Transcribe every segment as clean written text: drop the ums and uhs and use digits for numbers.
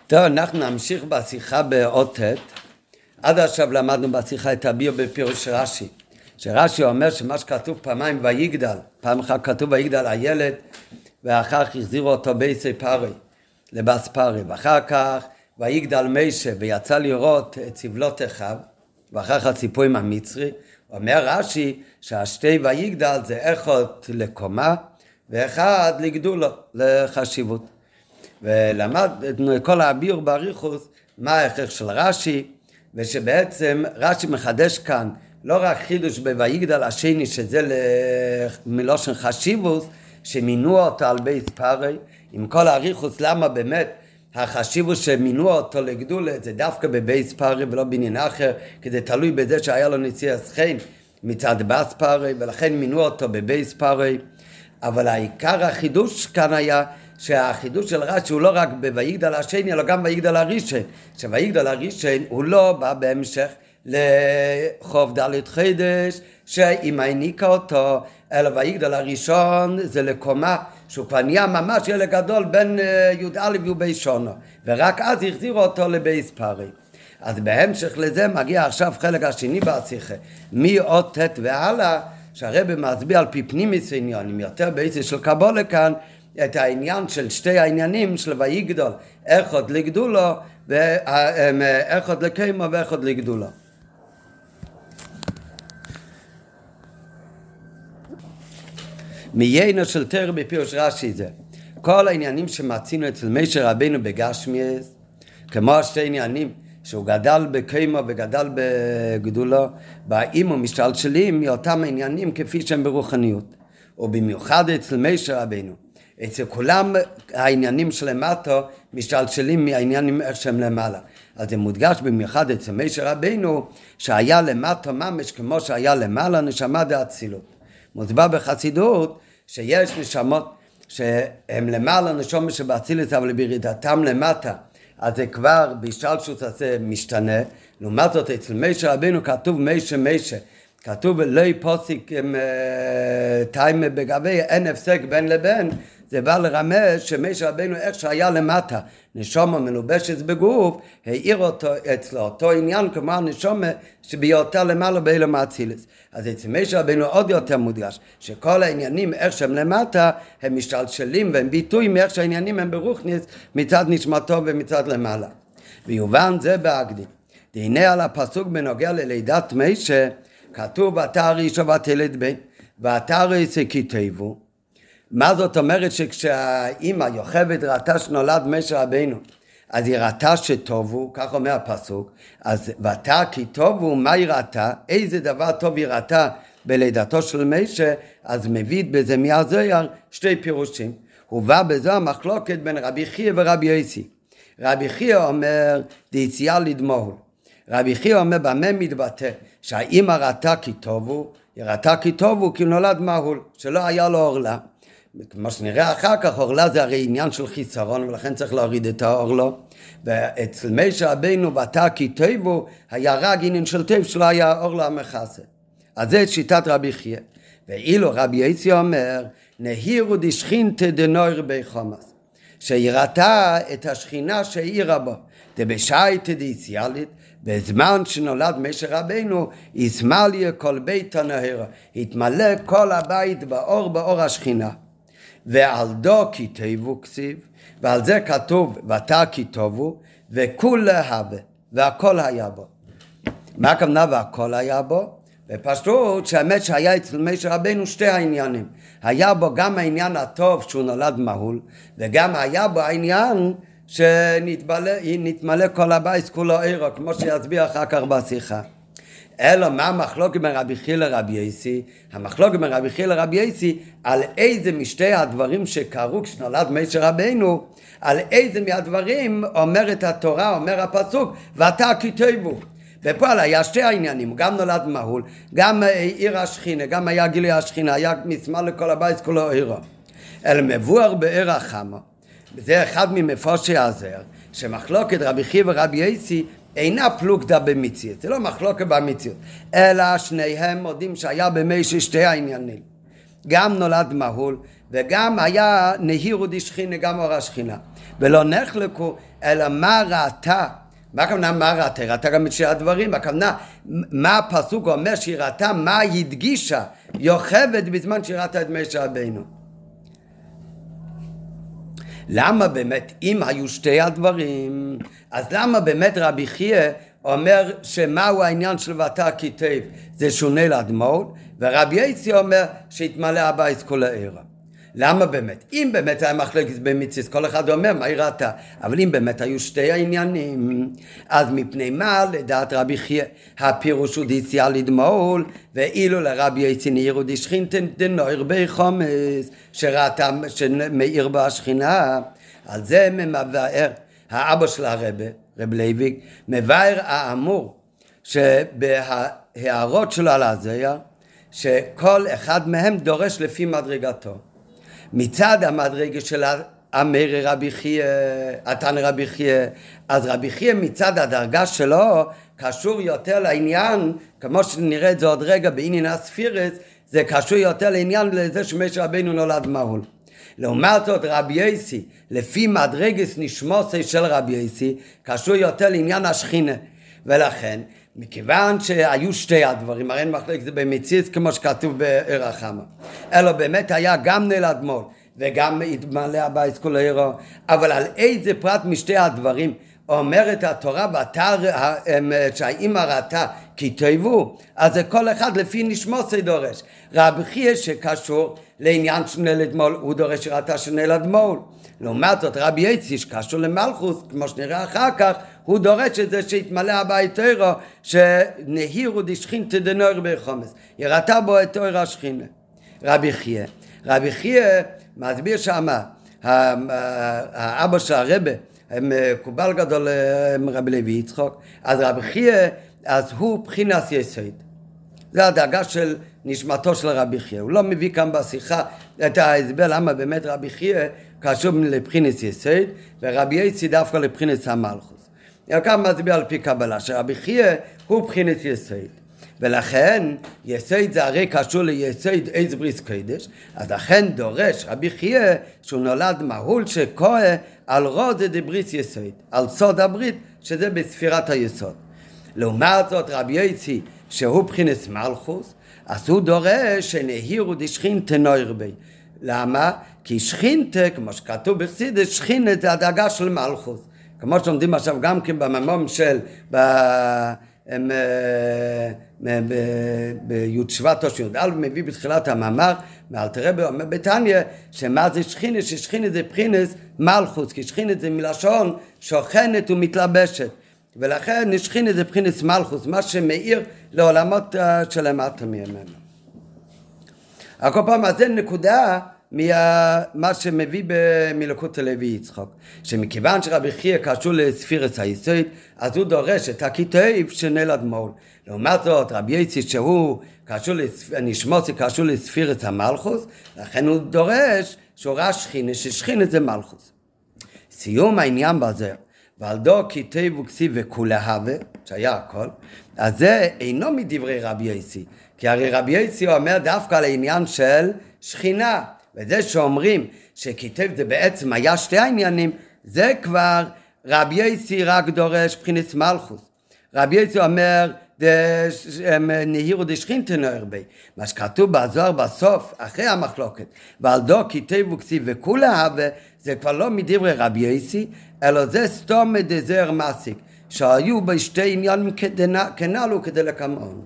טוב, אנחנו נמשיך בשיחה באות ט'. עד עכשיו למדנו בשיחה את הביור בפירוש רש"י. שרש"י אומר שמה שכתוב פעמיים ויגדל, פעם אחת כתוב ויגדל הילד, ואחר כך החזירו אותו בייסי פרי, לבס פרי, ואחר כך ויגדל משה ויצא לראות את סבלות אחיו, ואחר כך הסיפור עם המצרי. אומר רש"י שהשתי ויגדל זה אחד לקומה ואחד לגדולו, לחשיבות. ולמדנו כל הביור באריכות מה ההכרח של רש"י, ושבעצם רש"י מחדש כאן לא רק חידוש בויגדל השני שזה מלושן חשיבות שמינו אותו על בית פרי, עם כל האריכות למה באמת החשיבות שמינו אותו לגדולה זה דווקא בבית פרי ולא בעניין אחר, כי זה תלוי בזה שהיה לו נשיא חן מצד בס פרי ולכן מינו אותו בבית פרי. אבל העיקר החידוש כאן היה שהחידוש של רש"י הוא לא רק בויגדל השני אלא גם ויגדל הראשון, שויגדל הראשון הוא לא בא בהמשך לחוב ד' חידש שאם העניקה אותו, אלא ויגדל הראשון זה לקומה שהוא כבר נהיה ממש ילד גדול בין י"א וי"ב שונו, ורק אז החזירו אותו לבייס פרי. אז בהמשך לזה מגיע עכשיו חלק השני בשיחה מאות ט' והלאה, שהרבא מסביר על פי פנימיס עניונים יותר בעצם של קבלה כאן את העניין של שתי העניינים של ויגדל, אחד לגדולו ואחד לקיימו ואחד לגדולו. מיינו של תורה בפירוש רש"י זה כל העניינים שמצינו אצל משה רבינו בגשמיאס, כמו שתי עניינים שהוא גדל בקיימו וגדל בגדולו, באים ומשתלשלים מאותם העניינים כפי שהם ברוחניות, ובמיוחד אצל משה רבינו אצל כולם העניינים שלמטה משתלשלים מהעניינים איך שהם למעלה. אז זה מודגש במיוחד אצל משה רבינו שהיה למטה ממש כמו שהיה למעלה נשמה דאצילות. מוסבר בחסידות שיש נשמות שהם למעלה נשמה שבאצילות אבל בירידתם למטה, אז זה כבר בהשתלשלות הזה משתנה. לעומת זאת אצל משה רבינו כתוב משה כתוב לא פוסיק טיימה בגבי אין הפסק בין לבין, זה בא לרמז שמשה רבינו איך שהיה למטה נשמה מלובשת בגוף העיר אותו אצלו אותו עניין כמו הנשמה שביותר למעלה באילום האצילס. אז אצל משה רבינו עוד יותר מודגש שכל העניינים איך שהם למטה הם משתלשלים והם ביטוי מאיך שהעניינים הם ברוחניס מצד נשמתו ומצד למעלה. ויובן זה בהקדים. והנה על הפסוק בנוגע ללידת משה כתוב ואתה ראשו ותלד בן ואתה ראשו כי תיבו. מה זאת אומרת שכשהאימא יוכבד ראתה שנולד משה רבינו אז היא ראתה שטובו, כך אומר הפסוק, אז ואתה כי טובו, מה היא ראתה? איזה דבר טוב היא ראתה בלידתו של משה? אז מביא בזה מהזוהר שתי פירושים. הוא בא בזו המחלוקת בין רבי חייא ורבי יוסי. רבי חייא אומר דיציאה לדמוהול, רבי חייא אומר במה מתבטא שהאימא ראתה כי טובו, היא ראתה כי טובו כי נולד מהול שלא היה לו אורלה. כמו שנראה אחר כך אורלה זה הרי עניין של חיסרון ולכן צריך להוריד את האורלו, ואצל משה רבינו ואתה כי טובו היה רק עניין של טוב שלא היה אורלה המכסה. אז זה שיטת רבי חייא. ואילו רבי יוסי אומר נהירו דשכינתא דנויר בחומס, שהיא ראתה את השכינה שהאירה בו דבשייתא דיציאלית, בזמן שנולד משה רבינו יסמליה כל בית הנהרה, התמלא כל הבית באור השכינה. ועל דו כי תיבו כסיב, ועל זה כתוב ואתה כי טובו וכולה הווה והכל היה בו. מה הכוונה והכל היה בו? בפשטות שהאמת שהיה אצל משה רבינו שתי העניינים, היה בו גם העניין הטוב שהוא נולד מהול, וגם היה בו העניין שנתמלא כל הבית כולו עירו, כמו שיסביר אחר כך בשיחה. אלא מה המחלוקת בין רבי חייא לרבי יוסי? המחלוקת בין רבי חייא לרבי יוסי על איזה משתי הדברים שקרו כשנולד משה רבינו, על איזה מהדברים אומרת התורה, אומר הפסוק ואתה כי תיבו. בפועל היה שתי העניינים, גם נולד מהול, גם עיר השכינה, גם היה גילוי השכינה, היה משמאל לכל הבית כולו עירו. אלא מבואר בעיר החמה, זה אחד ממפורשי הזוהר, שמחלוקת רבי חייא ורבי יוסי אינה פלוגתא במציאות, זה לא מחלוקת במציאות, אלא שניהם מודים שהיה במשה שתי העניינים, גם נולד מהול וגם היה נהירו דשכינה, גם אור השכינה. ולא נחלקו, אלא מה ראתה, מה הכוונה מה ראתה? ראתה גם את שני הדברים, הכוונה מה הפסוק אומר שהיא ראתה, מה היא הדגישה, יוכבת בזמן שהיא ראתה את משה רבינו. למה באמת, אם היו שתי הדברים, אז למה באמת רבי חייא אומר שמהו העניין של ותר כתב, זה שונה לאדמו"ר, ורבי יצחק אומר שהתמלא הבית כל הערה. למה באמת? אם באמת היה מחלוקת במצוות, כל אחד אומר מה היא ראתה, אבל אם באמת היו שתי העניינים, אז מפני מה לדעת רבי חייא הפירוש הוא דיציאה לדמעול, ואילו לרבי יצחק נהירו דשכינתא דנויר בחומש, שראתה שמאיר בה השכינה. על זה מבאר האבא של הרב לייביק, מבאר האמור שבהערות שלו על הזיה, שכל אחד מהם דורש לפי מדרגתו. מצד המדרגה של אמרי רבי חייא, התנא רבי חייא, אז רבי חייא מצד הדרגה שלו קשור יותר לעניין, כמו שנראה את זה עוד רגע בעניין הספירס, זה קשור יותר לעניין לזה שמשה רבינו נולד מהול. לעומת זאת רבי יוסי, לפי מדרגת נשמוסי של רבי יוסי, קשור יותר לעניין השכינה, ולכן מכיוון שהיו שתי הדברים, הרי אין מחלוקת זה במציאות כמו שכתוב באר החמה, אלא באמת היה גם נולד מהול וגם התמלא הבית כל הערה, אבל על איזה פרט משתי הדברים אומרת התורה ותר שהאמא ראתה כי תיבו, אז זה כל אחד לפי נשמוסי דורש. רבי חייא שקשור לעניין שנולד מהול, הוא דורש שראתה שנולד מהול. לעומת זאת רבי יצחק שקשור למלכוס, כמו שנראה אחר כך, הוא דורש את זה שהתמלא הבית תורה, שנהירו דשכינתא דנויר בחומש, יראתה בו את תורה השכינה. רבי חייא מסביר שמה, האבא של הרבי, מקובל גדול רבי לוי יצחק, אז רבי חייא, אז הוא בחינס יסוד. זה הדאגה של נשמתו של רבי חייא. הוא לא מביא כאן בשיחה את ההסבר למה באמת רבי חייא קשור לבחינס יסוד, ורבי יצחק דווקא לבחינס המלכוס. כאן מסביר על פי קבלה שרבי חייא הוא בחינס יסוד. ולכן יסוד זה הרי קשור ליסוד עץ בריס קודש, אז לכן דורש רבי חייא שהוא נולד מהול שכוה על רוזה דבריס יסוד, על סוד הברית שזה בספירת היסוד. לעומת זאת רבי יצחק שהוא בחינס מלכוס, אז הוא דורש שנהירו דשכינתא נויר בי. למה? כי שכינתא, כמו שכתוב בחסידות, שכינתא זה הדאגה של מלכוס. כמו שלומדים עכשיו גם כן בממום של בי' שבט תשי"א, מביא בתחילת המאמר מאלתר רבי אומר בתניא שמה זה שכינה, ששכינה זה בחינס מלכוס, כי שכינה זה מלשון שוכנת ומתלבשת, ולכן שכינה זה בחינס מלכוס, מה שמאיר לעולמות שלמטה ממנו. כל פעם אז זה נקודה מה שמביא במלקות לוי יצחק, שמכיוון שרבי חייא קשור לספירת היסוד, אז הוא דורש את הכתב שנולד מהול. לעומת זאת רבי יצחק שהוא קשור נשמוסי קשור לספירת המלכוס, לכן הוא דורש שורה שכינה, ששכינה זה מלכוס. סיום העניין בזה, ועל דו כתב וכסיב וכולה הווה, שהיה הכל, אז זה אינו מדברי רבי יצחק, כי הרי רבי יצחק אומר דווקא על העניין של שכינה, וזה שאומרים שכתב זה בעצם היה שתי העניינים, זה כבר רבי יצחק רק דורש בחינס מלכוס. רבי יצחק אומר נהירו דשכינתא נויר בי, מה שכתוב בזוהר בסוף אחרי המחלוקת, ועל דו כתב וכסיב וכולה הווה, זה כבר לא מדברי רבי יצחק, אלא זה סתום דזר מסיק, שהיו בשתי עניינים כנ"ל כדי לקמון.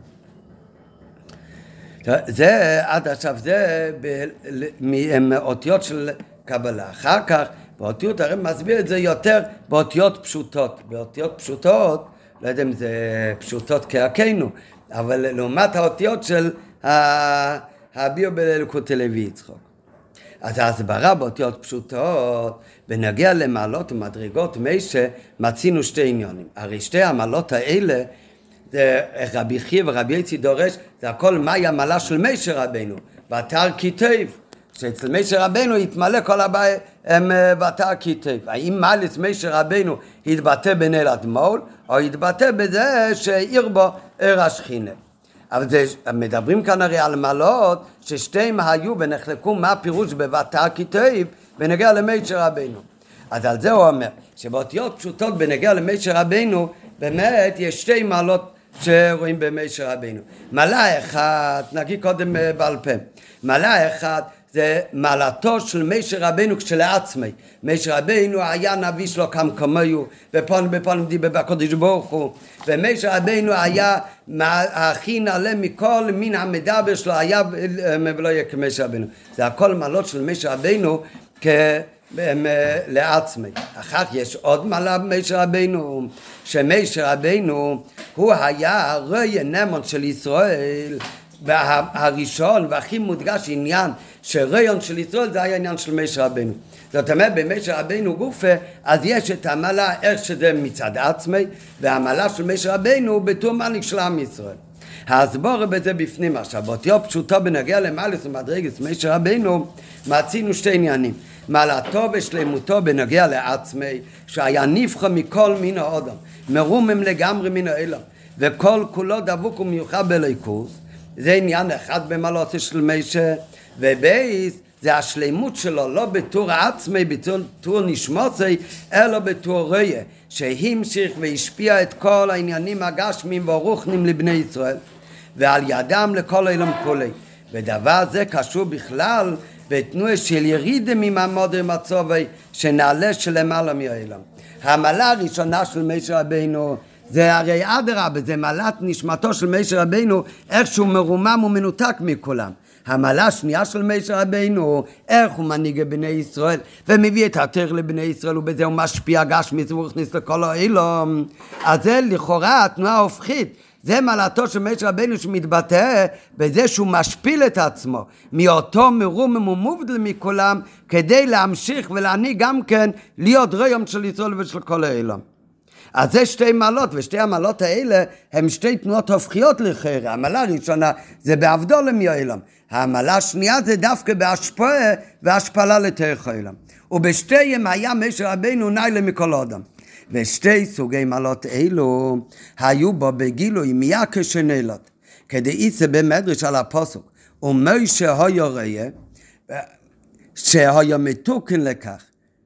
זה עד עכשיו זה מאותיות של קבלה. אחר כך באותיות הרי מסביר את זה יותר באותיות פשוטות. באותיות פשוטות, לא יודע אם זה פשוטות כהכינו, אבל לעומת האותיות של הביאו בלקוטי לוי יצחק. אז ההסברה באותיות פשוטות בנגיע למעלות ומדרגות משה מצינו שתי עניונים. הרי שתי המעלות האלה זה רבי חייא ורבי יצחק דורש, זה הכל מהי המעלה של משה רבינו, ותר כתב, שאצל משה רבינו יתמלא כל הבעיה ותר כתב. האם מעלת משה רבינו התבטא בנולד מהול, או התבטא בזה שעיר בו עיר השכינה. אבל מדברים כאן הרי על מעלות ששתיהם היו ונחלקו מה הפירוש בבת הכתב בנגיע למשה רבינו. אז על זה הוא אומר שבאותיות פשוטות בנגיע למשה רבינו באמת יש שתי מעלות שרואים במשה רבינו. מעלה אחת, נגיד קודם בעל פה, מעלה אחת זה מעלתו של משה רבינו כשלעצמי. משה רבינו היה נביא שלו כמוהו, בפונים דיבר בקודש ברוך הוא, ומשה רבינו היה הכי נעלה מכל מין המדבר שלו, היה ולא יהיה כמשה רבינו. זה הכל מעלות של משה רבינו לעצמי. אחר יש עוד מעלה במשה רבינו, שמשה רבינו הוא היה רואה נאמן של ישראל, והראשון והכי מודגש עניין שריון של ישראל זה היה עניין של משה רבינו. זאת אומרת במשה רבינו גופה אז יש את המעלה איך שזה מצד עצמי, והמעלה של משה רבינו בתור מנהיג של עם ישראל. ההסבור בזה בפנים. עכשיו באותיות פשוטו בנגיע למעלס ומדרגס משה רבינו מצינו שתי עניינים, מעלתו ושלמותו בנגיע לעצמי שהיה נבחר מכל מין האדם, מרומם לגמרי מן האלם, וכל כולו דבוק ומיוחד בליכוז. זה עניין אחד במעלות של משה. ובייס זה השלמות שלו לא בתור עצמי, בתור נשמוסי, אלא בתור ריה שהמשיך והשפיע את כל העניינים הגשמים והרוחנים לבני ישראל ועל ידם לכל העולם כולי. ודבר זה קשור בכלל בתנועה של ירידה ממעמוד מצווי שנעלה שלמעלה מהעולם. המעלה הראשונה של משה רבינו זה הרי אדרבה, זה מעלת נשמתו של משה רבינו, איך שהוא מרומם ומנותק מכולם. המעלה השנייה של משה רבינו, איך הוא מנהיג בני ישראל, ומביא את התורה לבני ישראל, ובזה הוא משפיע גשמית והוא הכניס לכל העולם. אז זה לכאורה התנועה ההופכית. זה מעלתו של משה רבינו שמתבטא בזה שהוא משפיל את עצמו מאותו מרומם ומובדל מכולם, כדי להמשיך ולהנהיג גם כן להיות רעיון של ישראל ושל כל העולם. אז זה שתי מעלות, ושתי המעלות האלה הם שתי תנועות הופכיות לחיר. המעלה הראשונה זה בעבדו למי-העולם, המעלה השנייה זה דווקא בהשפעה והשפלה לתוך העולם. ובשתיהם היה משה רבינו נעלה מכל אדם. ושתי סוגי מעלות אלו היו בו בגילוי מיד כשנולד, כדאיצה במדרש על הפסוק, ומשה היה ראה שהיה מתוקן לכך.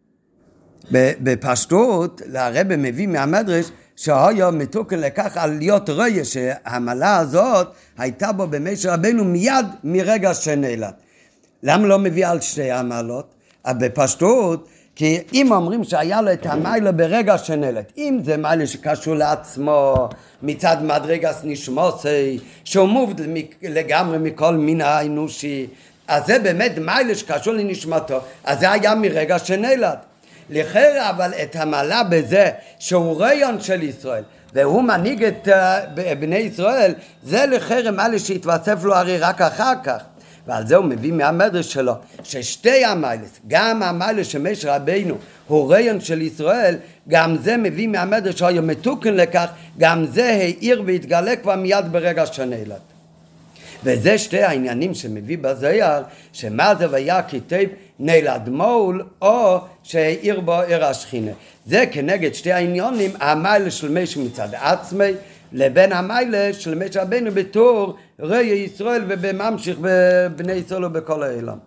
בפשטות הרב מביא מהמדרש שהיה מתוקן לכך על להיות ראה שהמעלה הזאת הייתה בו במשה רבינו מיד מרגע שנולד. למה לא מביא על שתי המעלות? בפשטות כי אם אומרים שהיה לו את המעלה ברגע שנולד, אם זה מעלה שקשור לעצמו מצד מדרגת נשמוסי שהוא מובדל לגמרי מכל מין האנושי, אז זה באמת מעלה שקשור לנשמתו, אז זה היה מרגע שנולד. לכן אבל את המעלה בזה שהוא רעיון של ישראל והוא מנהיג את בני ישראל, זה לכן מעלה שהתווסף לו הרי רק אחר כך. ועל זה הוא מביא מהמדרש שלו ששתי המעלות, גם המעלה שמשה רבינו הוא רעיון של ישראל, גם זה מביא מהמדרש שהיה מתוקן לכך, גם זה העיר והתגלה כבר מיד ברגע שנולד. וזה שתי העניינים שמביא בזוהר, שמה זה והיה כתב נולד מול או שהעיר בו עיר השכינה. זה כנגד שתי העניינים, המעלה של משה מצד עצמי לבין המעלה של משה רבינו בתור ראי ישראל ובממשיך בבני ישראל ובכל העולם.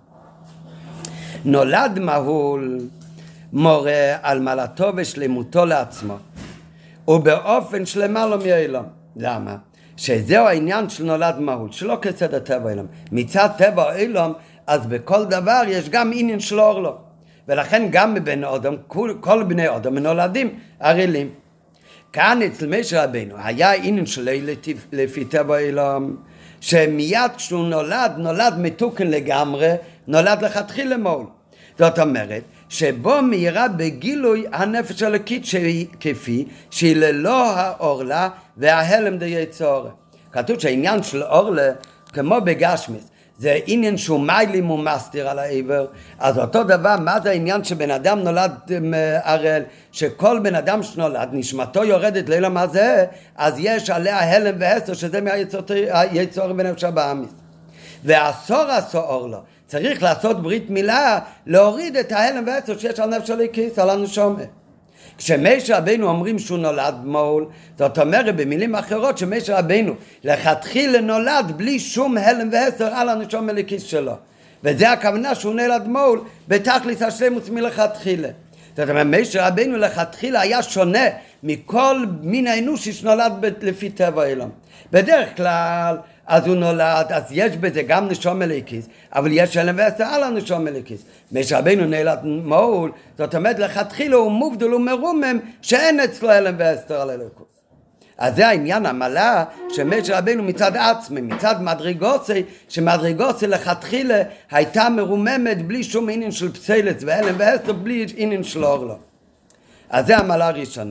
נולד מהול מורה על מעלתו ושלמותו לעצמו ובאופן שלמה לו מהעולם. למה? שזהו העניין של נולד מהול, שלא כסדר טבע העולם. מצד טבע העולם אז בכל דבר יש גם עניין של אור לו, ולכן גם בבני אדם, כל בני אדם נולדים ערלים. כאן אצל משה רבינו היה עניין שלו לפי טבע העולם, שמיד כשהוא נולד מתוקן לגמרי, נולד לכתחילה מהול. זאת אומרת שבו מהירה בגילוי הנפש הלוקית כפי שהיא ללא האורלה וההלם דיצור. כתוב שהעניין של אורלה כמו בגשמיס זה עניין שהוא מיילים ומסתיר על העבר. אז אותו דבר, מה זה העניין שבן אדם נולד ערל, שכל בן אדם שנולד נשמתו יורדת לעולם הזה, אז יש עליה הלם והסתר שזה מהיצור ונפש הבאמיס. ואסור לו צריך לעשות ברית מילה להוריד את ההלם והסתר שיש על נפש הליקית, על הנשמה. כשמשה רבינו אומרים שהוא נולד מול, זאת אומרת במילים אחרות שמשה רבינו לכתחילה נולד בלי שום הלם והסר על הנשום הלקיס שלו, וזה הכוונה שהוא נולד מול בתכלית השלמות מלכתחילה. זאת אומרת משה רבינו לכתחילה היה שונה מכל מין האנושי שנולד לפי טבע העולם. בדרך כלל אז הוא נולד, אז יש בזה גם נשום הלקיס, אבל יש הלם והסר על הנשום הלקיס. משה רבינו נולד מול, זאת אומרת לכתחילה הוא מובדל ומרומם שאין אצלו הלם והסר על הלקוס. אז זה העניין המעלה שמשה רבינו מצד עצמי, מצד מדרגוסי, שמדרגוסי לכתחילה הייתה מרוממת בלי שום עניין של פסילת והלם והסר, בלי עניין של אורלו. אז זה המעלה הראשונה.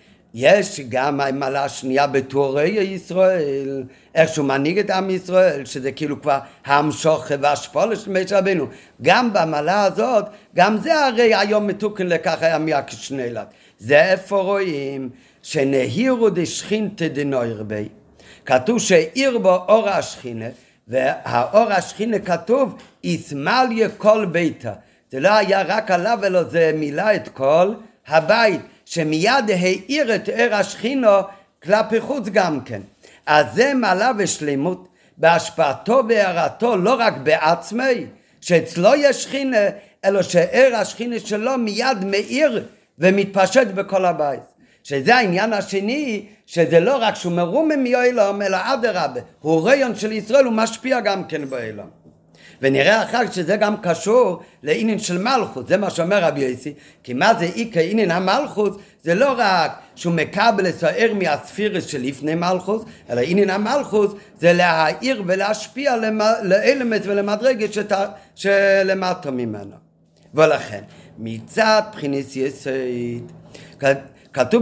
יש גם המעלה השנייה בתורי ישראל, איך שהוא מנהיג את עם ישראל, שזה כאילו כבר המשוך והשפולה של משה רבינו. גם במעלה הזאת, גם זה הרי היום מתוקן לכך היה מייקש נולד. זה איפה רואים שנהירו דשכינתא דנויר בי. כתוב שהאיר בו אור השכינה, והאור השכינה כתוב יסמליה כל ביתה. זה לא היה רק עליו, אלא זה מילא את כל הבית, שמיד האיר את אור השכינו כלפי חוץ גם כן. אז זה מעלה ושלמות בהשפעתו והערתו לא רק בעצמי, שאצלו יש שכינה, אלא שאור השכינה שלו מיד מאיר ומתפשט בכל הבית. שזה העניין השני, שזה לא רק שהוא מרומם מאילום, אלא אדרבה, הוא רעיון של ישראל, הוא משפיע גם כן באילום. ונראה אחר שזה גם קשור לעניין של מלכות, זה מה שאומר רבי יוסי, כי מה זה עיקר עניין המלכות, זה לא רק שהוא מקבל לסוער מהספירס של לפני מלכות, אלא עניין המלכות זה להעיר ולהשפיע לאלמנט ולמדרגת שלמטה ממנו. ולכן, מצד בחינת יסוד, כתוב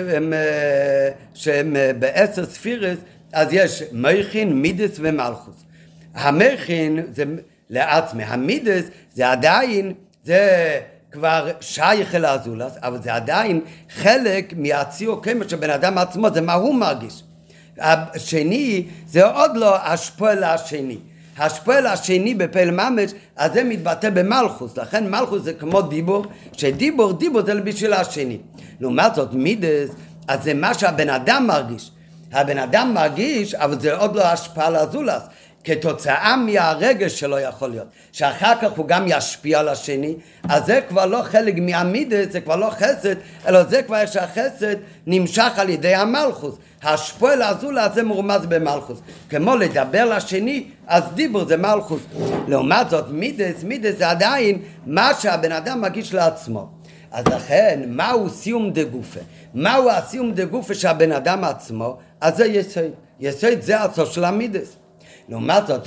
שבעשר ספירס, אז יש מייכין, מידס ומלכות. המייכין זה לעצמי, המידס זה עדיין, זה כבר שייך אל הזולס, אבל זה עדיין חלק מהציור כמו שבן אדם עצמו, זה מה הוא מרגיש. השני זה עוד לא השפועל השני. השפועל השני בפעל ממש, אז זה מתבטא במלכוס, לכן מלכוס זה כמו דיבור, שדיבור זה בשביל השני. לעומת זאת מידס, אז זה מה שהבן אדם מרגיש. הבן אדם מרגיש, אבל זה עוד לא השפעה לזולס, כתוצאה מהרגש שלו יכול להיות, שאחר כך הוא גם ישפיע על השני, אז זה כבר לא חלק מהמידס, זה כבר לא חסד, אלא זה כבר שהחסד נמשך על ידי המלכוס. השפועל הזולה זה מורמז במלכוס, כמו לדבר לשני, אז דיבור זה מלכוס. לעומת זאת מידס זה עדיין מה שהבן אדם מגיש לעצמו. אז לכן, מהו סיום דגופה? מהו הסיום דגופה שהבן אדם עצמו? אז זה יסוד. יסוד זה הסוף של המידס. לעומת זאת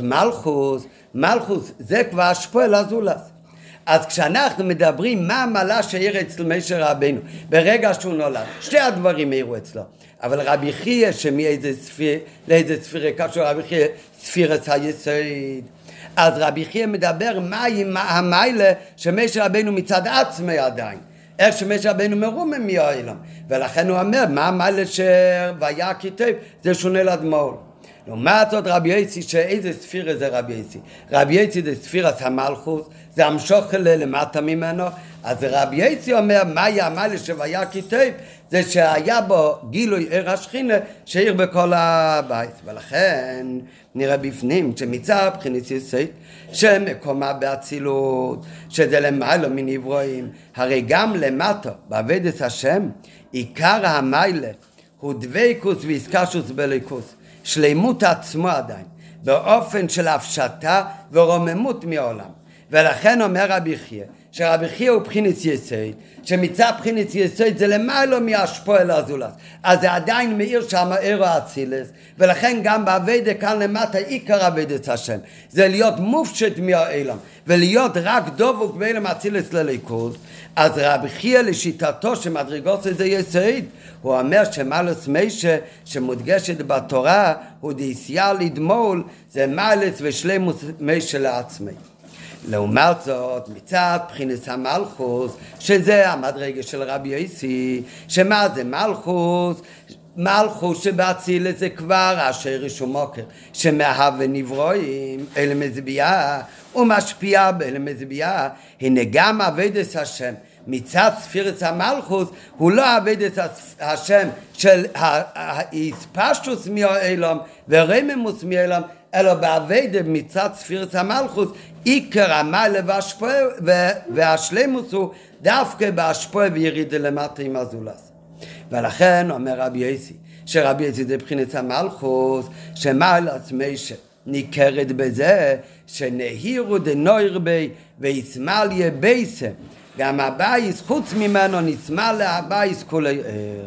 מלכוס זה כבר השפועל הזולס. אז כשאנחנו מדברים מה המעלה שהעיר אצל משה רבינו ברגע שהוא נולד, שתי הדברים העירו אצלו. אבל רבי חייא לאיזה ספירה קשור רבי חייא ספירת היסוד. אז רבי חייא מדבר מהי המעלה שמשה רבינו מצד עצמי עדיין, איך שמשה רבינו מרומם מהעולם, ולכן הוא אומר מה המעלה שהיה כתב זה שהוא נולד מול. לעומת זאת רבי יוסי, שאיזה ספירה זה רבי יוסי? רבי יוסי זה ספירת המלכות, זה המשוך למטה ממנו. אז רבי יוסי אומר מהי המעלה שהיה כתב, זה שהיה בו גילוי עיר השכינה שהעיר בכל הבית. ולכן נראה בפנים שמצד בחינת יסוד שמקומה באצילות, שזה למעלה מנברואים, הרי גם למטה בעבודת השם עיקר המעלה הוא דבקות ואיסקשוס בליכוס, שלמות עצמו עדיין, באופן של הפשטה ורוממות מעולם. ולכן אומר רבי חייא, שרבי חייא הוא בחינת יסוד, שמצד בחינת יסוד זה למעלה מהשפועל הזולס, אז זה עדיין מאיר שם עיר האצילס, ולכן גם בעבודה כאן למטה עיקר עבודת השם, זה להיות מופשט מהעולם, ולהיות רק דבוק בעולם האצילס לליכוז. אז רבי חייא לשיטתו שמדרגות זה יסוד, הוא אומר שמעלת משה שמודגשת בתורה הוא דעשייה לדמול, זה מעלת ושלמות משה לעצמי. לעומת זאת מצד בחינת המלכות, שזה המדרגה של רבי יוסי, שמה זה מלכות? מלכות שבאצילת זה כבר אשר רישום מוקר, שמהווה נברואים אלה מזביעה ומשפיע באלה מזביעה. הנה גם עבודת השם מצד ספירת המלכות הוא לא עבד את השם של האספשטוס מהאילם ורממוס מהאילם, אלא בעבד מצד ספירת המלכות עיקר המעלה והשלמוס הוא דווקא בהשפעה וירידה למטה עם הזולס. ולכן אומר רבי יוסי, שרבי יוסי זה בחינת המלכות, שמעלת משה ניכרת בזה שנהירו דנויר בי וישמאל יבייסם, גם הבייס חוץ ממנו נשמאל להבייס כולי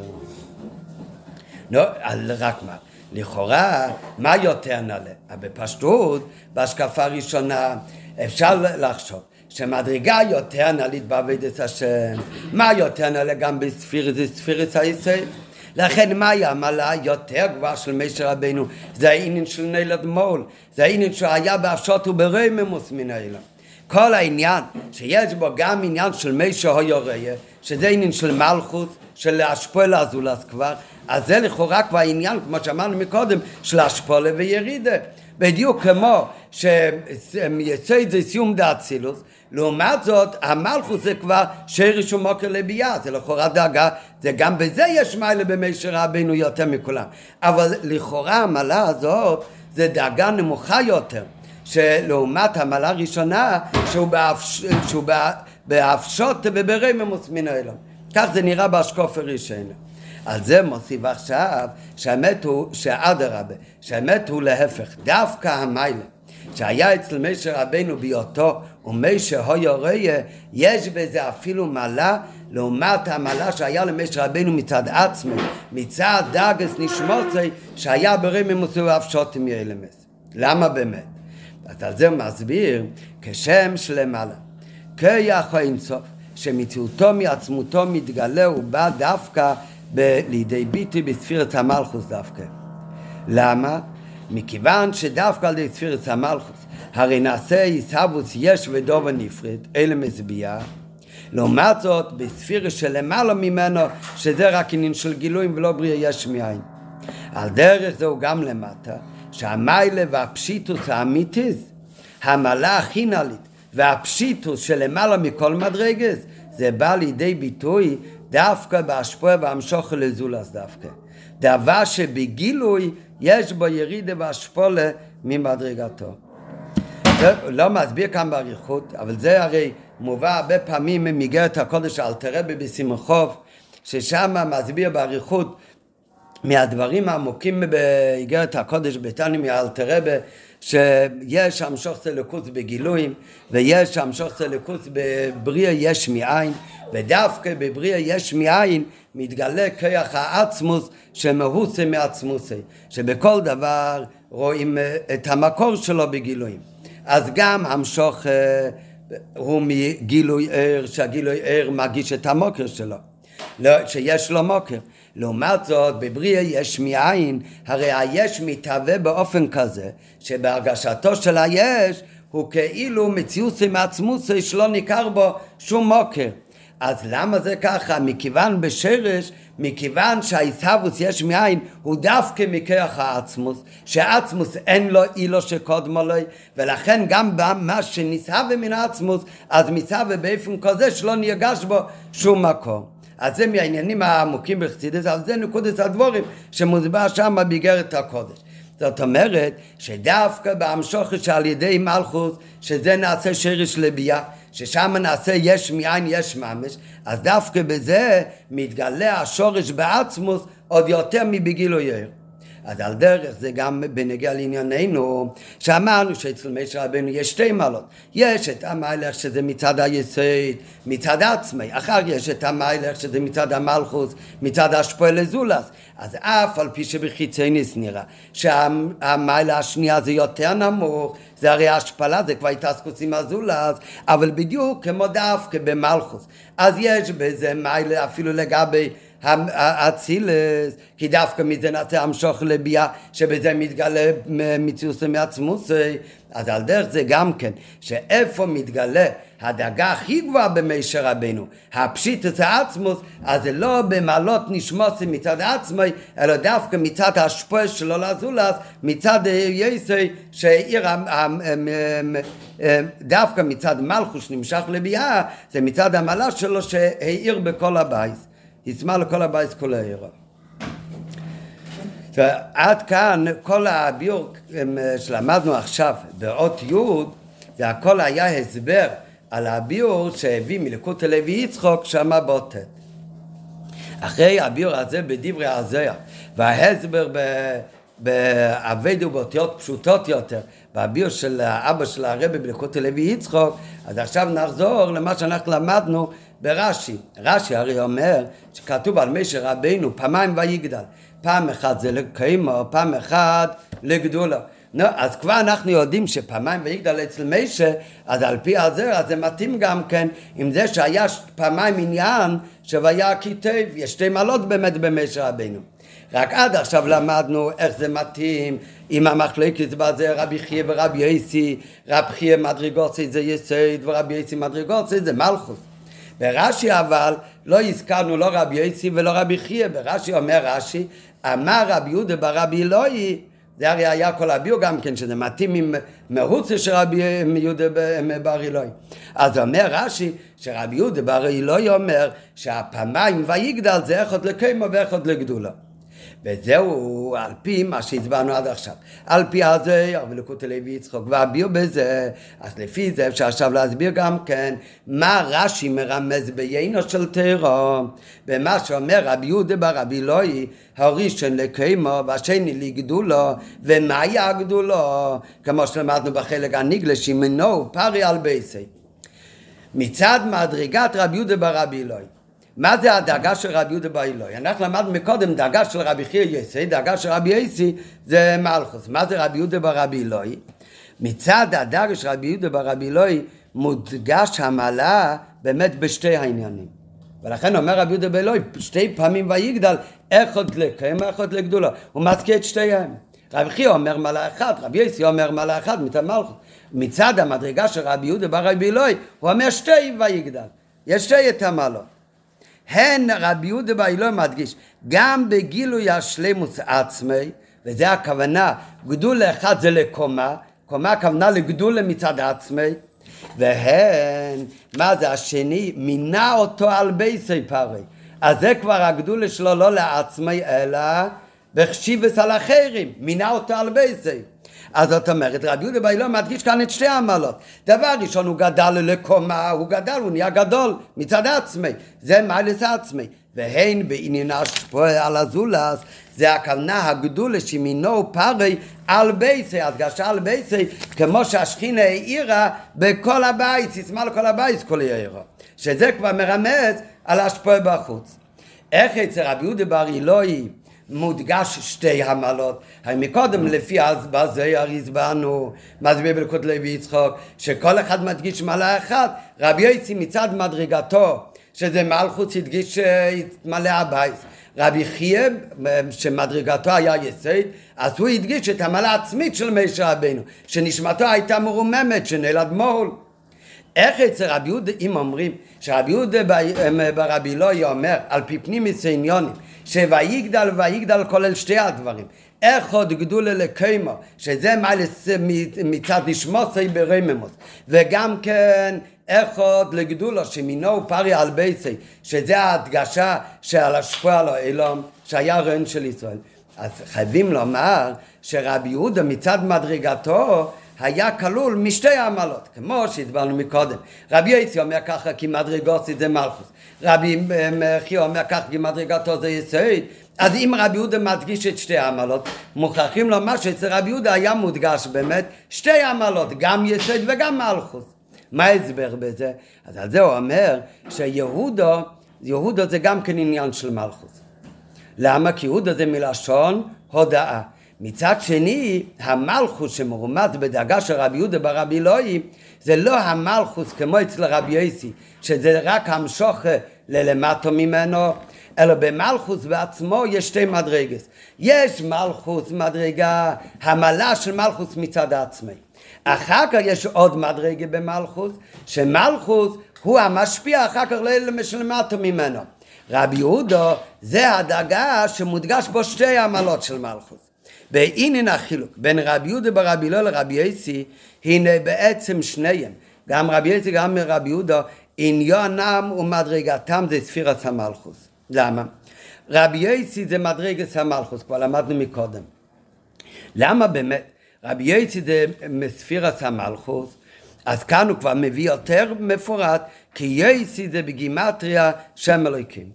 רק מה? לכאורה, מה יותר נעלה? בפשטות, בהשקפה הראשונה, אפשר לחשוב שמדרגה יותר נעלית בעבודת השם, מה יותר נעלה גם בספירת הישראל? לכן מהי המעלה יותר גבוהה של משה רבינו? זה העניין של נילד מול, זה העניין שהיה בהפשוט וברממוס מן האילם. כל העניין שיש בו גם עניין של משה הויוריה, שזה עניין של מלכות, של להשפוע לזולס כבר, אז זה לכאורה כבר העניין, כמו שאמרנו מקודם, של השפוע וירידה. בדיוק כמו שיסוד זה סיום דאצילוס, לעומת זאת המלכות זה כבר שרש ומוקר לביאה, זה לכאורה דאגה, זה גם בזה יש מעלה במשה רבינו יותר מכולם, אבל לכאורה המעלה הזאת זה דאגה נמוכה יותר, שלעומת המעלה הראשונה שהוא בהפשוט וברממוס מן האילם. כך זה נראה בהשקוף הראשונה. על זה מוסיף עכשיו שהאמת הוא שאדרבה, שהאמת הוא להפך, דווקא המיילה שהיה אצל משה רבינו בהיותו ומשה הויוריה, יש בזה אפילו מעלה לעומת המעלה שהיה למשה רבינו מצד עצמו, מצד דאגס נשמוצי שהיה ברממוס והפשוט מאילמס. למה באמת? אז על זה מסביר כשם שלמעלה כיח האינסוף שמציאותו מעצמותו מתגלה ובא דווקא לידי ביטוי בספירת המלכות דווקא. למה? מכיוון שדווקא על ידי ספירת המלכות הרי נעשה ישבוס יש ודובר נפרד, אלה מזביעה. לעומת זאת בספירה שלמעלה ממנו שזה רק עניין של גילויים ולא בריאה יש מאין. על דרך זהו גם למטה שהמיילה והפשיטוס האמיתיס, המעלה הכי נעלית והפשיטוס שלמעלה מכל מדרגס, זה בא לידי ביטוי דווקא בהשפוע והמשוך לזולס דווקא. דבר שבגילוי יש בו ירידה והשפוע ממדרגתו. לא מסביר כאן באריכות, אבל זה הרי מובא הרבה פעמים ממגרת הקודש אלתר רבי בשמחוב, ששם מסביר באריכות מהדברים העמוקים באיגרת הקודש בתני מאלתר רבי, שיש המשוך סלקוס בגילויים ויש המשוך סלקוס בבריאה יש מאין, ודווקא בבריאה יש מאין מתגלה כיח העצמוס שמהוסה מעצמוסי, שבכל דבר רואים את המקור שלו בגילויים. אז גם המשוך הוא מגילוי ער, שהגילוי ער מגיש את המוקר שלו, שיש לו מוקר. לעומת זאת בבריאה יש מאין, הרי היש מתהווה באופן כזה שבהרגשתו של היש הוא כאילו מציאות מעצמות שלא ניכר בו שום מוקר. אז למה זה ככה? מכיוון בשרש, מכיוון שהאיסהבוס יש מאין הוא דווקא מכיח העצמוס, שהעצמוס אין לו אילו שקודמו לו, ולכן גם במה שנסהבה מן העצמוס אז מסהבה באופן כזה שלא נרגש בו שום מקום. אז זה מהעניינים העמוקים בחסידות, אז זה נקודת הדבורים שמוסבר שם באיגרת הקודש. זאת אומרת שדווקא בהמשוך שעל ידי מלכות, שזה נעשה שרש לביאה, ששם נעשה יש מאין יש ממש, אז דווקא בזה מתגלה השורש בעצמוס עוד יותר מבגילוי ער. אז על דרך זה גם בנגיע לענייננו, שאמרנו שאצל משה רבינו יש שתי מעלות. יש את המלך שזה מצד היסוד, מצד עצמי, אחר יש את המלך שזה מצד המלכות, מצד השפוע לזולס. אז אף על פי שבחיצייניס נראה שהמעלה השנייה זה יותר נמוך, זה הרי השפלה, זה כבר התעסקות עם הזולס, אבל בדיוק כמו דווקא במלכות. אז יש בזה מעלה אפילו לגבי האצילס, כי דווקא מזה נעשה המשוך לביאה, שבזה מתגלה מציאות מעצמות, אז על דרך זה גם כן, שאיפה מתגלה הדאגה הכי גבוהה במשה רבינו, הפשיטות העצמות, אז זה לא במעלות נשמוסי מצד עצמי, אלא דווקא מצד ההשפעה שלו לזולת, מצד יסי שהעיר, דווקא מצד מלכוס שנמשך לביאה, זה מצד המעלה שלו שהעיר בכל הבית, יצמא לכל הבית כל העיר. עד כאן כל הביור שלמדנו עכשיו באות י' זה הכל היה הסבר על הביור שהביא מליקוט הלוי יצחוק שמה באות ט'. אחרי הביור הזה בדברי הזוהר וההסבר בעבדו באותיות פשוטות יותר והביור של אבא של הרבי בליקוט הלוי יצחוק, אז עכשיו נחזור למה שאנחנו למדנו ברש"י. רש"י הרי אומר שכתוב על משה רבינו פעמיים ויגדל, פעם אחת זה לקיימו, פעם אחת לגדולה. אז כבר אנחנו יודעים שפעמיים ויגדל אצל משה, אז על פי הזר, אז זה מתאים גם כן עם זה שהיה פעמיים עניין שהיה כיתב, יש שתי מעלות באמת במשה רבינו. רק עד עכשיו למדנו איך זה מתאים עם המחלוקת בזה רבי חייא ורבי יוסי, רבי חייא מדרגות זה יסוד ורבי יוסי מדרגות זה מלכות. ברש"י אבל לא הזכרנו לא רבי יוסי ולא רבי חייא. ברש"י אומר רש"י, אמר רבי יהודה ברבי אלוהי, זה הרי היה כל הביור גם כן שזה מתאים עם מרוץ של רבי יהודה בר אלוהי. אז אומר רש"י שרבי יהודה בר אלוהי אומר שהפעמיים ויגדל זה אחד לקיימו ואחד לגדולה. וזהו על פי מה שהצבענו עד עכשיו, על פי הזה וליקוט הלוי יצחוק והביור בזה. אז לפי זה אפשר עכשיו להסביר גם כן מה רש"י מרמז בעיינו של תורה, במה שאומר רבי יהודה ברבי אלוהי הראשון לקיימו והשני לגדולו, ומהי הגדולו כמו שלמדנו בחלק הנגלה שמנו פרי על בייסי מצד מדרגת רבי יהודה ברבי אלוהי. מה זה הדאגה של רבי יהודה בר אלוהי? אנחנו למדנו מקודם דאגה של רבי חייא יוסי, דאגה של רבי יוסי זה מלכוס. מה זה רבי יהודה בר רבי אלוהי? מצד הדאגה של רבי יהודה בר רבי אלוהי מודגש המעלה באמת בשתי העניינים. ולכן אומר רבי יהודה בר אלוהי שתי פעמים ויגדל, אחד לקיימו אחד לגדולה. הוא מזכיר את שתיהם. רבי חייא אומר מעלה אחד, רבי יוסי אומר מעלה אחד מצד מלכוס. מצד המדרגה של רבי יהודה בר רבי אלוהי הוא אומר שתי ויגדל. יש שתי את המעלות. הן רבי יהודה בר אלוהי מדגיש גם בגילוי השלמות עצמי, וזה הכוונה גדול אחד זה לקומה, קומה הכוונה לגדול מצד עצמי, והן מה זה השני מינה אותו על בייסי פרי, אז זה כבר הגדול שלו לא לעצמי אלא בחשיבס על אחרים, מינה אותו על בייסי. אז זאת אומרת רבי יהודה בר אלוהי מדגיש כאן את שתי המעלות. דבר ראשון הוא גדל לקומה, הוא נהיה גדול מצד עצמי, זה מעלס עצמי. והן בעניין השפוע על הזולס זה הכוונה הגדולה שמינו פרי על בייסי, הדגשה על בייסי כמו שהשכינה העירה בכל הבית, סיסמה לכל הבית כל העירה, שזה כבר מרמז על השפוע בחוץ. איך אצל רבי יהודה בר אלוהי מודגש שתי המעלות? מקודם לפי הזוהר הסברנו, מסביר בליקוט הלוי יצחוק, שכל אחד מדגיש מעלה אחת. רבי יוסי מצד מדרגתו שזה מלכות הדגיש התמלא הבית. רבי חייא שמדרגתו היה יסוד, אז הוא הדגיש את המעלה העצמית של משה רבינו שנשמתו הייתה מרוממת, שנולד מוהל. איך אצל רבי יהודה, אם אומרים שרבי יהודה ברבי אלוהי אומר על פי פנימיות עניונים שויגדל ויגדל כולל שתי הדברים, אחד גדולה לקיימו שזה מעלס מצד נשמוסי ברממוס, וגם כן אחד לגדולה שמינו פרי על בייסי שזה ההדגשה שעל השפוע על העולם שהיה רעיון של ישראל. אז חייבים לומר שרבי יהודה מצד מדרגתו היה כלול משתי המעלות, כמו שהסברנו מקודם. רבי יוסי אומר ככה כי מדרגות זה מלכות, רבי חייא אומר ככה כי מדרגתו זה יסוד. אז אם רבי יהודה מדגיש את שתי המעלות, מוכרחים לומר שאצל רבי יהודה היה מודגש באמת שתי המעלות, גם יסוד וגם מלכות. מה ההסבר בזה? אז על זה הוא אומר שיהודה זה גם כן עניין של מלכות. למה? כי יהודה זה מלשון הודאה. מצד שני, המלכות שמרומז בדאגה של רבי יהודה ברבי אלוהי, זה לא המלכות כמו אצל רבי יוסי, שזה רק המשוך ללמטו ממנו, אלא במלכוס בעצמו יש שתי מדרגות. יש מלכוס, מדרגה, המעלה של מלכוס מצד עצמי. אחר כך יש עוד מדרגה במלכוס, שמלכוס הוא המשפיע אחר כך למטה ממנו. רבי יהודה זה הדרגה שמודגש בו שתי המעלות של מלכוס. והנה החילוק בין רבי יהודה ברבי הלל לרבי יוסי, הנה בעצם שניהם, גם רבי יוסי גם רבי יהודה, עניינם ומדרגתם זה ספירת המלכוס. למה? רבי יוסי זה מדרגת המלכוס, כבר למדנו מקודם. למה באמת? רבי יוסי זה מספירת המלכוס, אז כאן הוא כבר מביא יותר מפורט, כי יוסי זה בגימטריה שם אלוקים.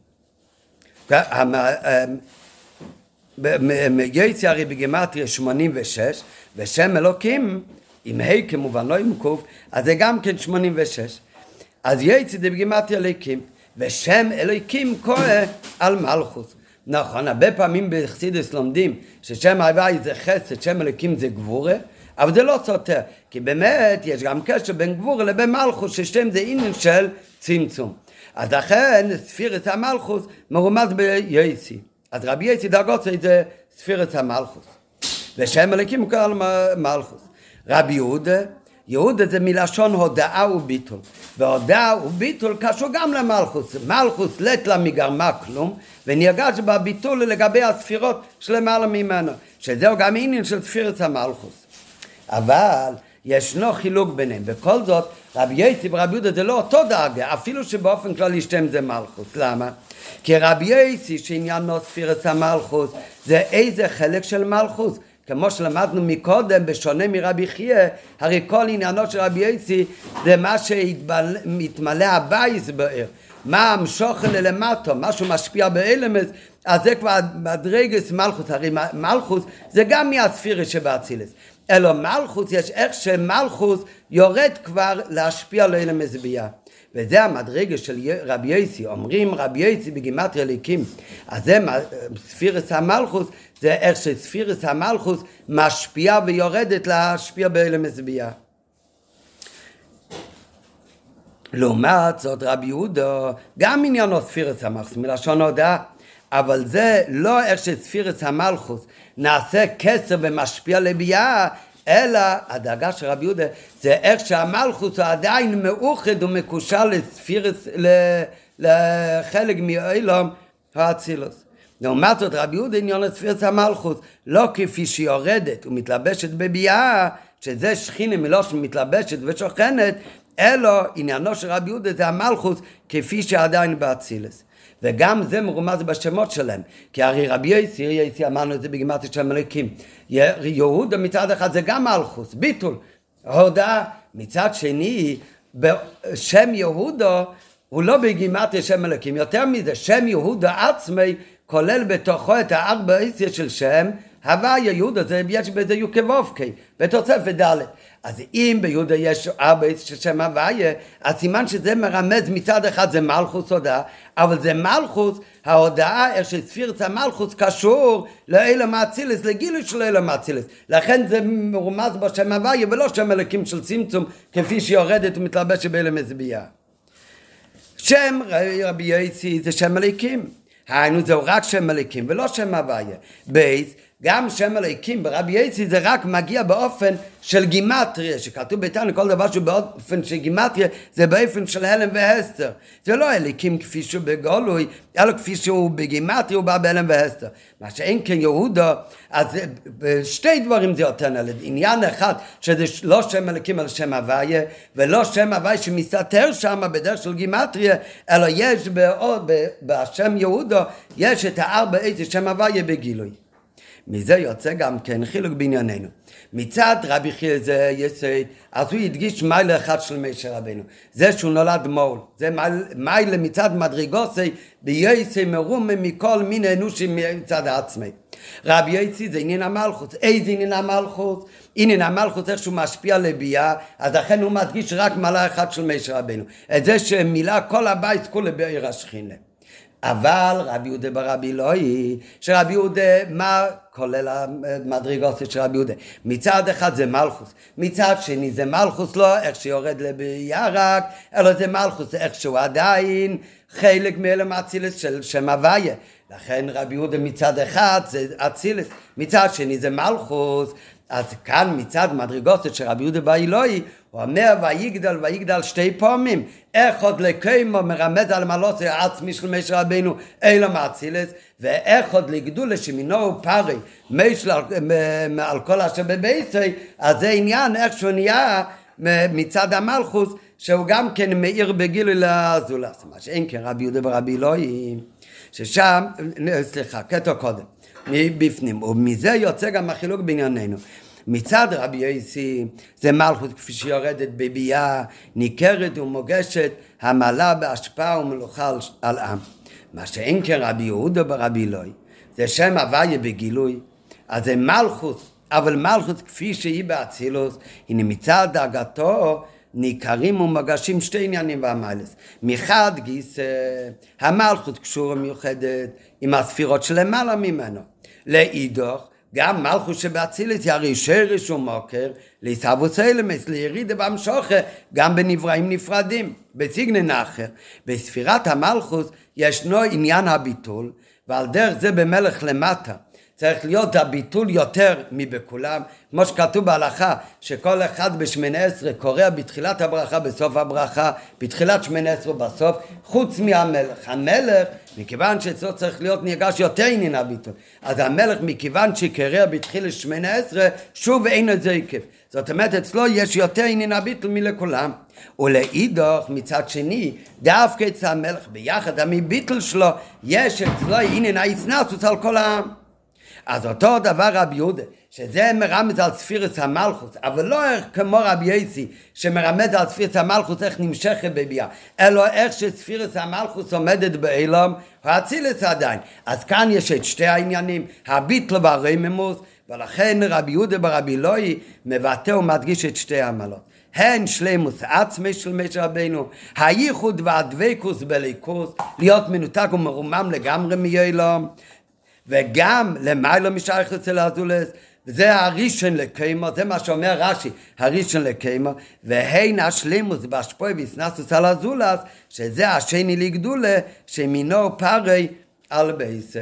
יוסי הרי בגימטריה 86, ושם אלוקים, עם ה' כמובן, לא עם קוף, אז זה גם כן 86. אז יוסי זה בגימטריה אלוקים, ושם אלוקים קורא על מלכוס. נכון, הרבה פעמים בחסידות לומדים ששם הווי זה חסד, שם אלוקים זה גבורה, אבל זה לא סותר, כי באמת יש גם קשר בין גבורה לבין מלכוס, ששם זה עניין של צמצום. אז לכן ספירת המלכוס מרומז ביוסי. אז רבי יוסי דרגות זה ספירת המלכוס. ושם אלוקים הוא קורא על מלכוס. רבי יהודה זה מלשון הודאה וביטול. והודאה וביטול קשור גם למלכוס. מלכוס לית לה מגרמה כלום, ונרגש בביטול לגבי הספירות שלמעלה ממנו, שזהו גם עניין של ספירת המלכוס. אבל ישנו חילוק ביניהם. בכל זאת, רבי יוסי ורבי יהודה זה לא אותו דרגה, אפילו שבאופן כללי שתיהם זה מלכוס. למה? כי רבי יוסי שעניינו ספירת המלכוס, זה איזה חלק של מלכוס? כמו שלמדנו מקודם, בשונה מרבי חייא, הרי כל עניינו של רבי יוסי זה מה שמתמלא הבייס בעיר. מה המשוך ללמטו, משהו משפיע באלמס, אז זה כבר מדרגת מלכוס. הרי מלכוס זה גם מהספירה שבאצילס. אלא מלכוס, יש איך שמלכוס יורד כבר להשפיע לאלמס בייה. וזה המדרגה של רבי יוסי. אומרים רבי יוסי בגימטריה אלוקים. אז זה ספירת המלכוס, זה איך שספירת המלכוס משפיעה ויורדת להשפיע באלמס בייה. לעומת זאת רבי יהודה, גם עניינו ספירת המלכוס, מלשון הודאה, אבל זה לא איך שספירת המלכוס נעשה כסר ומשפיע לבייה, אלא הדאגה של רבי יהודה זה איך שהמלכוס עדיין מאוחד ומקושר לחלק מאילום האצילוס. לעומת זאת רבי יהודה עניין לספירת המלכוס לא כפי שיורדת ומתלבשת בבייה, שזה שכינה מלושן מתלבשת ושוכנת, אלא עניינו של רבי יהודה זה המלכוס כפי שעדיין באצילס. וגם זה מרומז בשמות שלהם, כי הרי רבי יוסי אמרנו את זה בגימטריה שם אלוקים. יהודה מצד אחד זה גם מלכוס, ביטול, הודאה. מצד שני, שם יהודה הוא לא בגימטריה שם אלוקים, יותר מזה, שם יהודה עצמי כולל בתוכו את הארבע עשרה של שם הוויה. יהודה זה יש בזה יוקבובקי, בתוספת ד'. אז אם ביהודה יש ארבע עשרה של שם הוויה, אז סימן שזה מרמז מצד אחד זה מלכוס הודאה, אבל זה מלכוס, ההודאה, איך שספירת המלכוס קשור לאילום האצילס, לגילוי של אילום האצילס. לכן זה מרומז בשם הוויה ולא שם אלוקים של צמצום, כפי שיורדת ומתלבשת באילום הזבייה. שם רבי יוסי זה שם אלוקים. היינו זהו רק שם אלוקים ולא שם הוויה. בייס, גם שם אלוקים ברבי יוסי זה רק מגיע באופן של גימטריה, שכתוב ביתנו כל דבר שהוא באופן של גימטריה, זה באופן של הלם והסתר. זה לא אלוקים כפי שהוא בגולוי, אלא כפי שהוא בגימטריה, הוא בא בהלם והסתר. מה שאין כן יהודה, אז שתי דברים זה יותר נלד. עניין אחד, שזה לא שם אלוקים אלא שם הוויה, ולא שם הוויה שמסתתר שם בדרך של גימטריה, אלא יש בעוד, בשם יהודה, יש את הארבע עשרה שם הוויה בגילוי. מזה יוצא גם כן חילוק בענייננו. מצד רבי חייא זה יסוד, אז הוא הדגיש מיילה אחד של משה רבנו. זה שהוא נולד מול. זה מיילה מצד מדרגוסי ביוסי מרומם מכל מין אנושים מצד עצמי. רבי יוסי זה עניין המלכות. איזה עניין המלכות? עניין המלכות איך שהוא משפיע לבייה, אז לכן הוא מדגיש רק מעלה אחד של משה רבנו. את זה שמילא כל הבית כולה בעיר השכינה. אבל רבי יהודה ברבי אלוהי, שרבי יהודה, מה כולל המדרגות של רבי יהודה? מצד אחד זה מלכוס, מצד שני זה מלכוס לא איך שיורד לבייה רק, אלא זה מלכוס איך שהוא עדיין חלק מאלה מאצילס של שם הוויה. לכן רבי יהודה מצד אחד זה אצילס, מצד שני זה מלכוס. אז כאן מצד מדרגות של רבי יהודה באילוי, הוא אומר ויגדל שתי פעמים, אחד לקיימו מרמז על מעלות העצמי של משה רבינו אלא מאצילס, ואחד לגדולה שמינו פרי משל על כל אשר בביסי. אז זה עניין איך שהוא נהיה מצד המלכוס, שהוא גם כן מאיר בגילוי לזולת. מה שאין כן רבי יהודה ברבי אילוי, ששם, סליחה, קטע קודם, בפנים, ומזה יוצא גם החילוק בענייננו. מצד רבי יוסי זה מלכות כפי שיורדת בביאה, ניכרת ומוגשת, המעלה בהשפעה ומלוכה על עם. מה שאין כן רבי יהודה ברבי אילוי, זה שם הוויה בגילוי, אז זה מלכות, אבל מלכות כפי שהיא באצילוס, הנה מצד דאגתו ניכרים ומוגשים שתי עניינים והמיילס. מחד גיס המלכות קשורה מיוחדת עם הספירות שלמעלה ממנו. לאידוך גם מלכות שבאצילס ירי שרש ומוקר להסתוות אלמס לירידה בהמשוכה גם בנבראים נפרדים. בסגנון אחר בספירת המלכות ישנו עניין הביטול, ועל דרך זה במלך למטה צריך להיות הביטול יותר מבכולם, כמו שכתוב בהלכה, שכל אחד ב18 קורא בתחילת הברכה בסוף הברכה, בתחילת 18 בסוף, חוץ מהמלך. המלך, מכיוון שאצלו צריך להיות ניגש יותר עניין הביטול, אז המלך מכיוון שקרא בתחיל 18, שוב אין את זה עקב. זאת אומרת, אצלו יש יותר עניין הביטול מלכולם. ולאידוך מצד שני, דווקא אצל המלך ביחד המביטול שלו, יש אצלו עניין ההתנסות על כל העם. אז אותו דבר רבי יהודה, שזה מרמז על ספירת המלכות, אבל לא כמו רבי יוסי, שמרמז על ספירת המלכות איך נמשכת בביאה, אלא איך שספירת המלכות עומדת באילום, האצילס עדיין. אז כאן יש את שתי העניינים, הביטול והרוממות, ולכן רבי יהודה ברבי אילוי מבטא ומדגיש את שתי העמלות. הן שלמות עצמי של משה רבינו, הייחוד והדבקות בליכוז, להיות מנותק ומרומם לגמרי מאילום, וגם למעלה משייך אצל הזולס, וזה הראשון לקיימו, זה מה שאומר רש"י, הראשון לקיימו, והן השלימוס בהשפוע והתנסות על הזולס, שזה השני לגדולה, שמינו פרי על בייסי.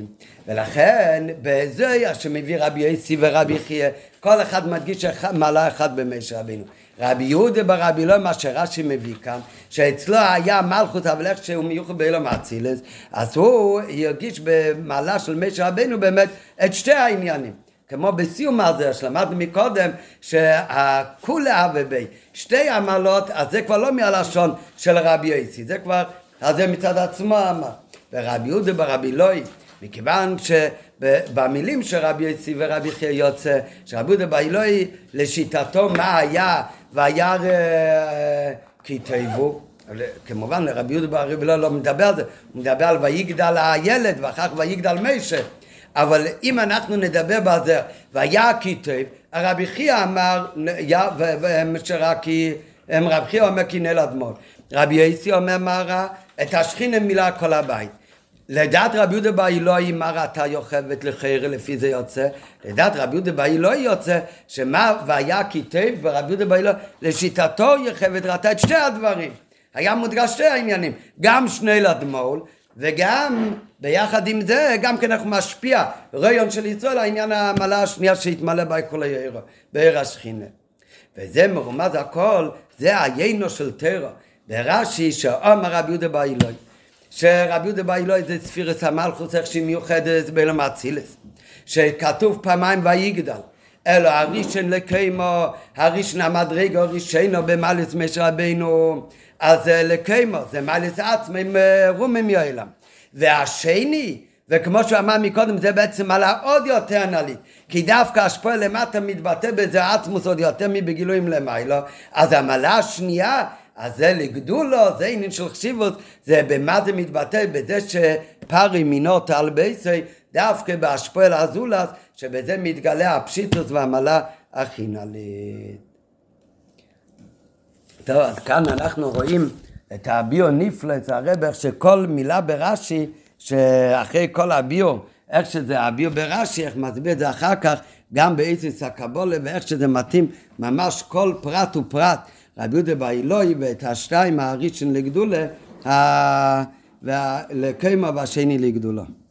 ולכן בזה שמביא רבי יוסי ורבי חייא, כל אחד מדגיש מעלה אחד במשה רבינו. רבי יהודה ברבי אילוי, מה שרש"י מביא כאן, שאצלו היה מלכות, אבל איך שהוא מיוחד באילום אצילס, אז הוא ירגיש במעלה של משה רבינו באמת את שתי העניינים. כמו בסיום הזה, שלמדנו מקודם, שהכולה ובי שתי המעלות, אז זה כבר לא מהלשון של רבי יוסי, זה כבר, אז זה מצד עצמו אמר. ורבי יהודה ברבי אילוי, מכיוון שבמילים של רבי יוסי ורבי חייא יוצא, שרבי יהודה ברבי אילוי לשיטתו מה היה, וירא כי תיבו, כמובן לרבי יהודה ברבי אילוי לא מדבר על זה, הוא מדבר על ויגדל הילד ואחר כך ויגדל משה, אבל אם אנחנו נדבר בזה וירא כי תיב, הרבי חייא אמר רבי חייא אומר כי נל אדמו"ר, רבי יוסי אומר מה רע? את השכינה מילא כל הבית. לדעת רבי יהודה באילוי מה ראתה יוכבת לחיר, לפי זה יוצא. לדעת רבי יהודה באילוי יוצא שמה והיה כיתב ברבי יהודה באילוי לשיטתו יוכבת ראתה את שתי הדברים. היה מודגש שתי העניינים, גם שני לדמול וגם ביחד עם זה גם כן אנחנו משפיע רעיון של ישראל העניין המעלה השנייה שהתמלא בה כל העיר, בעיר השכינה. וזה מרומז הכל, זה היינו של תורה. ברש"י שאומר רבי יהודה באילוי, שרבי יהודה באילוי זה ספירת המלכות, איך שהיא מיוחדת באילום אצילס, שכתוב פעמיים ויגדל, אלו הראשון לקיימו, הראשון המדרגה הראשונה במעלת משה רבינו, אז לקיימו, זה מעלת עצמי רומם יעלם. והשני, וכמו שאמר מקודם, זה בעצם מעלה עוד יותר נעלית, כי דווקא השפוע למטה מתבטא בזה עצמוס עוד יותר מבגילויים למעלה, אז המעלה השנייה, אז זה לגדולו, זה עניין של חשיבות, זה במה זה מתבטא בזה שפרי מינות על בייסי, דווקא בהשפוע לעזולס, שבזה מתגלה הפשיטוס והמעלה הכי נעלית. טוב, אז כאן אנחנו רואים את הביו נפלא, את הרבך, שכל מילה ברש"י, שאחרי כל הביו, איך שזה הביו ברש"י, איך מסביר את זה אחר כך, גם באיסיס הקבולה, ואיך שזה מתאים ממש כל פרט ופרט, רבי יהודה באילוי ואת השתיים הראשון לגדולה, לקיימה והשני לגדולה.